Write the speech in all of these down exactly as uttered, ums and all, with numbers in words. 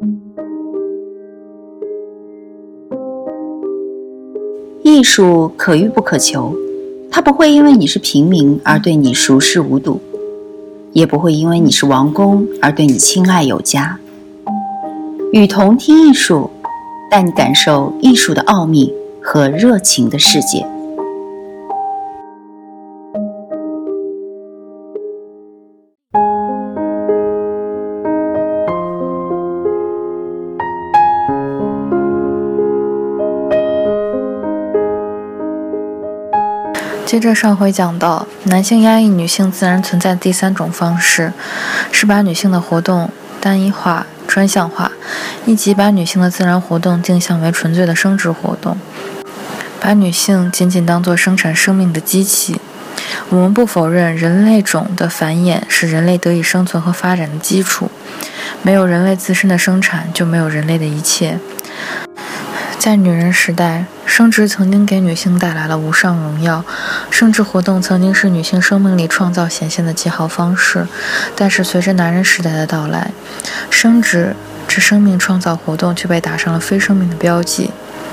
艺术可遇不可求，它不会因为你是平民而对你熟视无睹，也不会因为你是王公而对你青睐有加。与同听艺术，带你感受艺术的奥秘和热情的世界。 接着上回讲到，男性压抑女性自然存在的第三种方式，是把女性的活动单一化、专项化，以及把女性的自然活动定向为纯粹的生殖活动，把女性仅仅当作生产生命的机器。我们不否认人类种的繁衍是人类得以生存和发展的基础，没有人类自身的生产，就没有人类的一切。在女人时代，生殖曾经给女性带来了无上荣耀，生殖活动曾经是女性生命力创造显现的记号方式。但是随着男人时代的到来，生殖之生命创造活动却被打上了非生命的标记。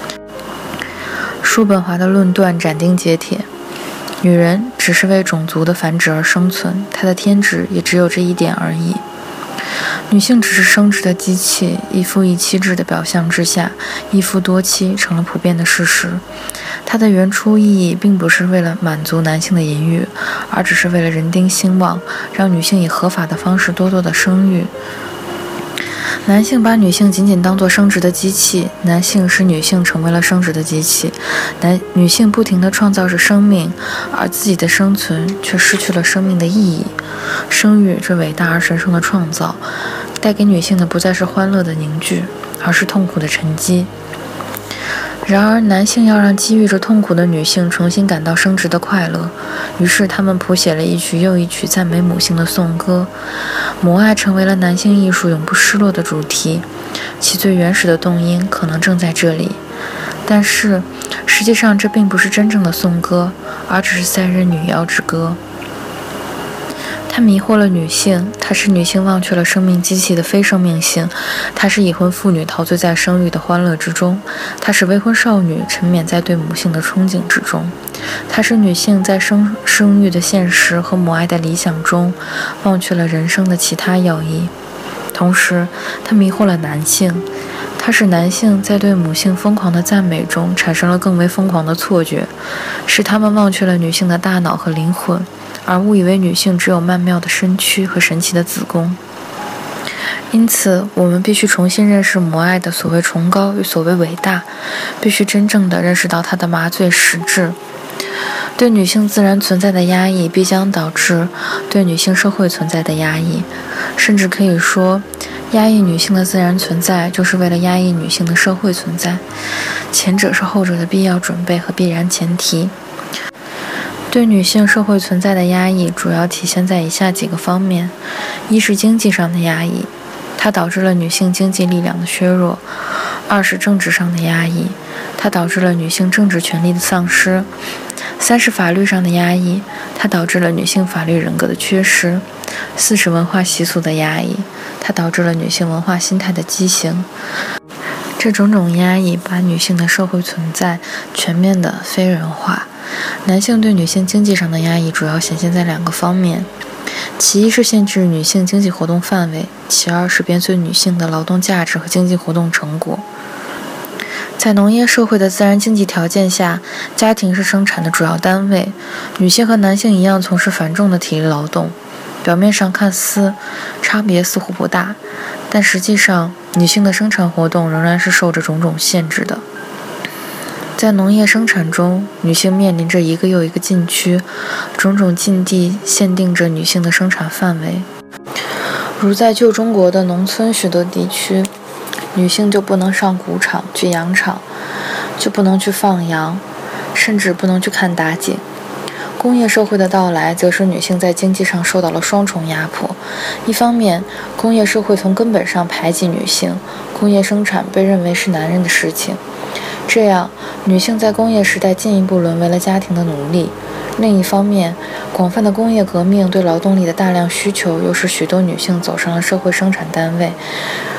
叔本华的论断斩钉截铁，女人只是为种族的繁殖而生存，她的天职也只有这一点而已。女性只是生殖的机器，一夫一妻制的表象之下，一夫多妻成了普遍的事实。它的原初意义并不是为了满足男性的淫欲，而只是为了人丁兴旺，让女性以合法的方式多多的生育。男性把女性仅仅当作生殖的机器，男性使女性成为了生殖的机器，男女性不停地创造着生命，而自己的生存却失去了生命的意义。生育这伟大而神圣的创造，带给女性的不再是欢乐的凝聚，而是痛苦的沉积。然而男性要让积郁着痛苦的女性重新感到生殖的快乐，于是他们谱写了一曲又一曲赞美母性的颂歌。母爱成为了男性艺术永不失落的主题，其最原始的动因可能正在这里。但是实际上这并不是真正的颂歌，而只是塞人女妖之歌。它迷惑了女性，它使女性忘却了生命机器的非生命性，它使已婚妇女陶醉在生育的欢乐之中，它使未婚少女沉湎在对母性的憧憬之中，它使女性在生生育的现实和母爱的理想中忘却了人生的其他要义。同时它迷惑了男性，它使男性在对母性疯狂的赞美中产生了更为疯狂的错觉，使他们忘却了女性的大脑和灵魂，而误以为女性只有曼妙的身躯和神奇的子宫。因此我们必须重新认识母爱的所谓崇高与所谓伟大，必须真正地认识到它的麻醉实质。对女性自然存在的压抑必将导致对女性社会存在的压抑，甚至可以说压抑女性的自然存在就是为了压抑女性的社会存在，前者是后者的必要准备和必然前提。对女性社会存在的压抑主要体现在以下几个方面：一是经济上的压抑，它导致了女性经济力量的削弱；二是政治上的压抑，它导致了女性政治权利的丧失；三是法律上的压抑，它导致了女性法律人格的缺失；四是文化习俗的压抑，它导致了女性文化心态的畸形。这种种压抑把女性的社会存在全面的非人化。男性对女性经济上的压抑主要显现在两个方面，其一是限制女性经济活动范围，其二是编纂女性的劳动价值和经济活动成果。在农业社会的自然经济条件下，家庭是生产的主要单位，女性和男性一样从事繁重的体力劳动，表面上看似差别似乎不大，但实际上女性的生产活动仍然是受着种种限制的。在农业生产中，女性面临着一个又一个禁区，种种禁地限定着女性的生产范围。如在旧中国的农村许多地区，女性就不能上谷场去羊场，就不能去放羊，甚至不能去看打井。工业社会的到来则使女性在经济上受到了双重压迫。一方面，工业社会从根本上排挤女性，工业生产被认为是男人的事情，这样女性在工业时代进一步沦为了家庭的奴隶。另一方面，广泛的工业革命对劳动力的大量需求又使许多女性走上了社会生产单位，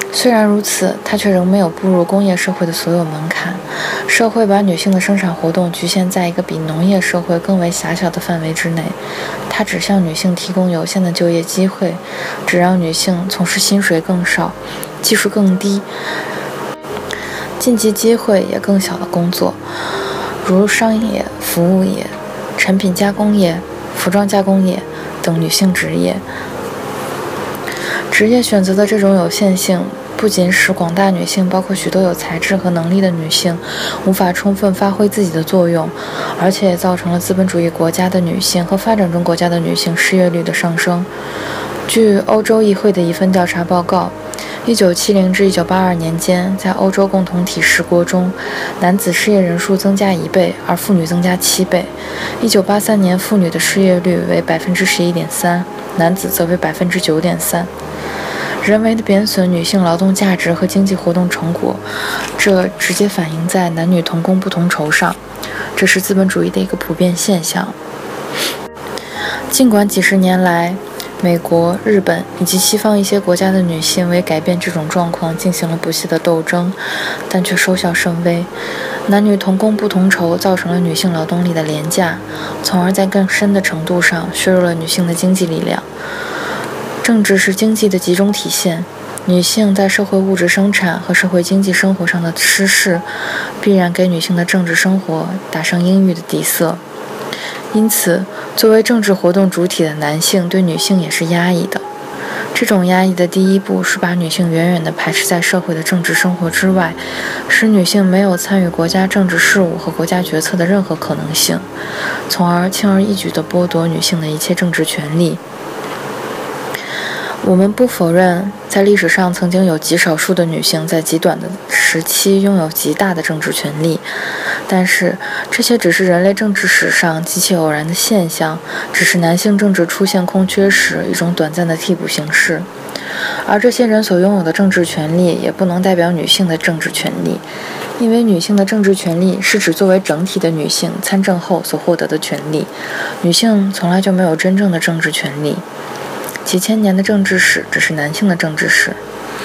虽然如此，它却仍没有步入工业社会的所有门槛。社会把女性的生产活动局限在一个比农业社会更为狭小的范围之内，它只向女性提供有限的就业机会，只让女性从事薪水更少、技术更低、晋级机会也更小的工作，如商业、服务业、产品加工业、服装加工业等女性职业。职业选择的这种有限性，不仅使广大女性，包括许多有才智和能力的女性，无法充分发挥自己的作用，而且也造成了资本主义国家的女性和发展中国家的女性失业率的上升。据欧洲议会的一份调查报告，一九七零至一九八二年间，在欧洲共同体十国中，男子失业人数增加一倍，而妇女增加七倍。一九八三年，妇女的失业率为百分之十一点三，男子则为百分之九点三。人为的贬损女性劳动价值和经济活动成果，这直接反映在男女同工不同酬上，这是资本主义的一个普遍现象。尽管几十年来，美国、日本以及西方一些国家的女性为改变这种状况进行了不懈的斗争，但却收效甚微。男女同工不同酬造成了女性劳动力的廉价，从而在更深的程度上削弱了女性的经济力量。政治是经济的集中体现，女性在社会物质生产和社会经济生活上的失势，必然给女性的政治生活打上阴郁的底色。因此，作为政治活动主体的男性对女性也是压抑的。这种压抑的第一步是把女性远远地排斥在社会的政治生活之外，使女性没有参与国家政治事务和国家决策的任何可能性，从而轻而易举地剥夺女性的一切政治权利。我们不否认，在历史上曾经有极少数的女性在极短的时期拥有极大的政治权利，但是这些只是人类政治史上极其偶然的现象，只是男性政治出现空缺时一种短暂的替补形式。而这些人所拥有的政治权利也不能代表女性的政治权利，因为女性的政治权利是指作为整体的女性参政后所获得的权利，女性从来就没有真正的政治权利。几千年的政治史只是男性的政治史。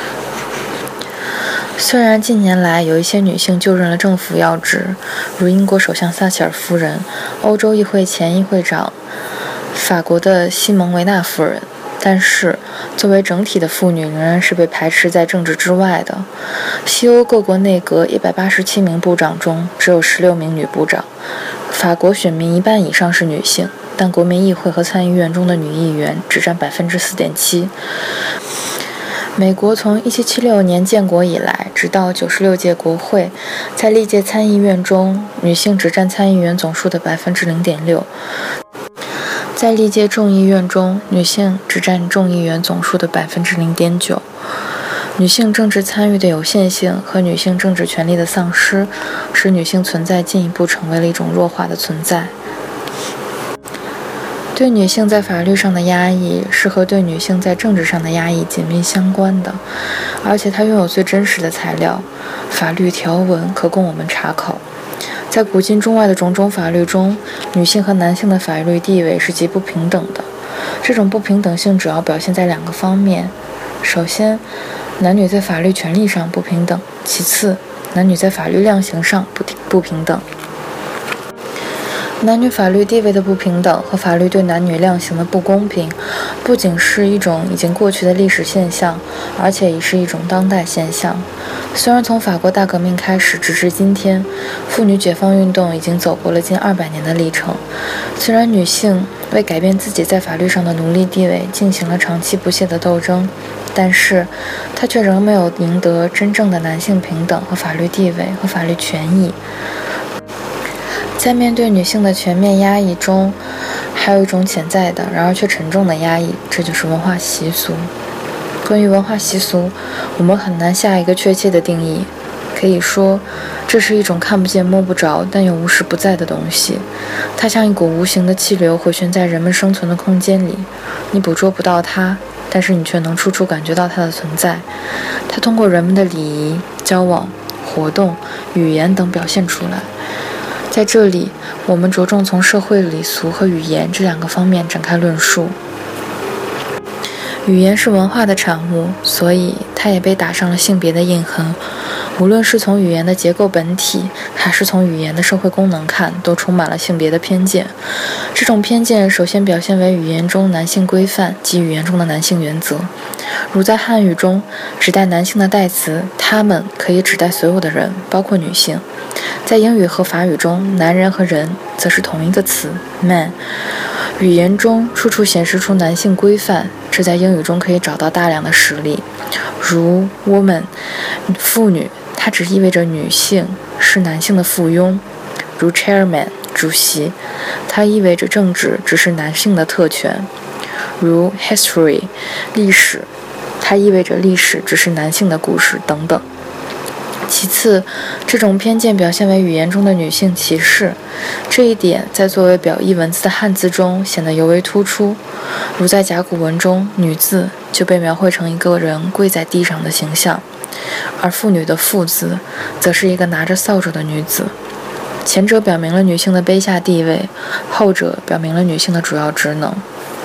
虽然近年来有一些女性就任了政府要职，如英国首相撒切尔夫人、欧洲议会前议会长、法国的西蒙维纳夫人，但是作为整体的妇女仍然是被排斥在政治之外的。西欧各国内阁一百八十七名部长中只有十六名女部长，法国选民一半以上是女性，但国民议会和参议院中的女议员只占 百分之四点七。 美国从一七七六年建国以来，直到九十六届国会，在历届参议院中，女性只占参议员总数的 百分之零点六。在历届众议院中，女性只占众议员总数的 百分之零点九。女性政治参与的有限性和女性政治权利的丧失，使女性存在进一步成为了一种弱化的存在。对女性在法律上的压抑是和对女性在政治上的压抑紧密相关的，而且它拥有最真实的材料，法律条文可供我们查考。在古今中外的种种法律中，女性和男性的法律地位是极不平等的。这种不平等性主要表现在两个方面：首先，男女在法律权利上不平等；其次，男女在法律量刑上不不平等。男女法律地位的不平等和法律对男女量刑的不公平，不仅是一种已经过去的历史现象，而且也是一种当代现象。虽然从法国大革命开始直至今天，妇女解放运动已经走过了近二百年的历程，虽然女性为改变自己在法律上的奴隶地位进行了长期不懈的斗争，但是她却仍没有赢得真正的男性平等和法律地位和法律权益。在面对女性的全面压抑中，还有一种潜在的，然而却沉重的压抑，这就是文化习俗。关于文化习俗，我们很难下一个确切的定义。可以说，这是一种看不见摸不着但又无时不在的东西，它像一股无形的气流回旋在人们生存的空间里，你捕捉不到它，但是你却能处处感觉到它的存在。它通过人们的礼仪、交往、活动、语言等表现出来。在这里，我们着重从社会礼俗和语言这两个方面展开论述。 语言是文化的产物，所以它也被打上了性别的印痕。无论是从语言的结构本体，还是从语言的社会功能看，都充满了性别的偏见。这种偏见首先表现为语言中男性规范及语言中的男性原则。如在汉语中，指代男性的代词他们可以指代所有的人，包括女性。在英语和法语中，男人和人则是同一个词 man。语言中处处显示出男性规范，这在英语中可以找到大量的实例，如 woman 妇女，它只意味着女性，是男性的附庸；如 chairman 主席，它意味着政治只是男性的特权；如 history 历史，它意味着历史只是男性的故事等等。其次，这种偏见表现为语言中的女性歧视，这一点在作为表意文字的汉字中显得尤为突出。如在甲骨文中，女字就被描绘成一个人跪在地上的形象，而妇女的妇字则是一个拿着扫帚的女子。前者表明了女性的卑下地位，后者表明了女性的主要职能。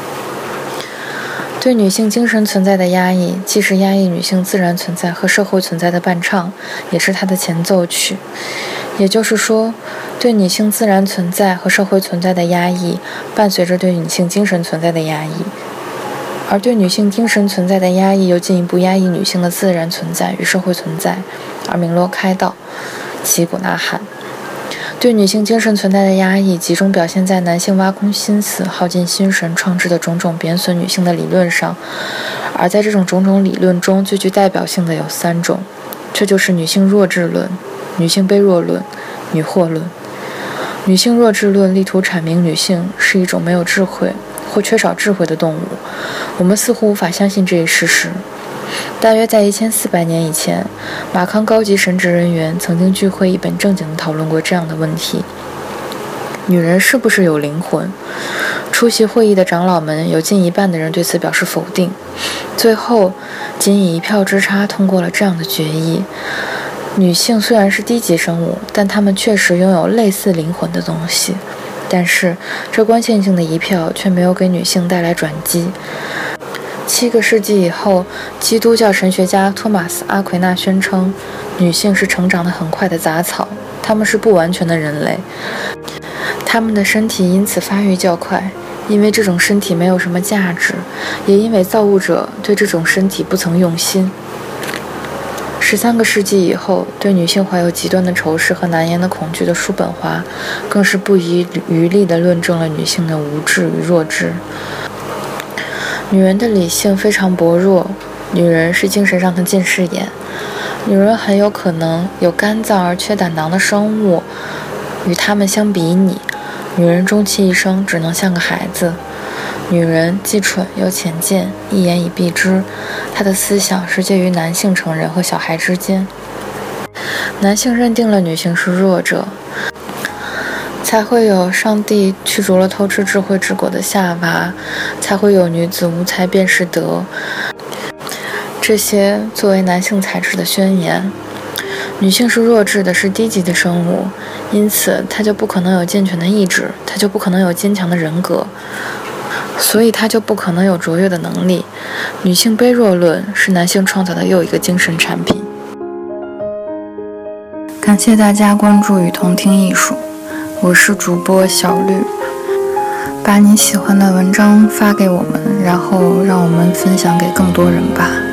对女性精神存在的压抑，既是压抑女性自然存在和社会存在的伴唱，也是它的前奏曲。也就是说，对女性自然存在和社会存在的压抑，伴随着对女性精神存在的压抑，而对女性精神存在的压抑又进一步压抑女性的自然存在与社会存在，而鸣锣开道，旗鼓呐喊。对女性精神存在的压抑，集中表现在男性挖空心思、耗尽心神创制的种种贬损女性的理论上，而在这种种种理论中，最具代表性的有三种，这就是女性弱智论、女性卑弱论、女祸论。女性弱智论力图阐明女性是一种没有智慧或缺少智慧的动物，我们似乎无法相信这一事实。大约在一千四百年以前，马康高级神职人员曾经聚会一本正经地讨论过这样的问题：女人是不是有灵魂？出席会议的长老们有近一半的人对此表示否定，最后仅以一票之差通过了这样的决议：女性虽然是低级生物，但她们确实拥有类似灵魂的东西。但是这关键性的一票却没有给女性带来转机。七个世纪以后，基督教神学家托马斯·阿奎那宣称，女性是成长得很快的杂草，她们是不完全的人类，她们的身体因此发育较快，因为这种身体没有什么价值，也因为造物者对这种身体不曾用心。十三个世纪以后，对女性怀有极端的仇视和难言的恐惧的叔本华，更是不遗余力地论证了女性的无知与弱智。女人的理性非常薄弱，女人是精神上的近视眼，女人很有可能有肝脏而缺胆囊的生物，与她们相比拟，女人终其一生只能像个孩子。女人既蠢又浅见，一言以蔽之，她的思想是介于男性成人和小孩之间。男性认定了女性是弱者，才会有上帝驱逐了偷吃智慧之果的夏娃，才会有女子无才便是德，这些作为男性才智的宣言。女性是弱智的，是低级的生物，因此她就不可能有健全的意志，她就不可能有坚强的人格，所以她就不可能有卓越的能力。女性卑弱论是男性创造的又一个精神产品。感谢大家关注与同听艺术，我是主播小绿。把你喜欢的文章发给我们，然后让我们分享给更多人吧。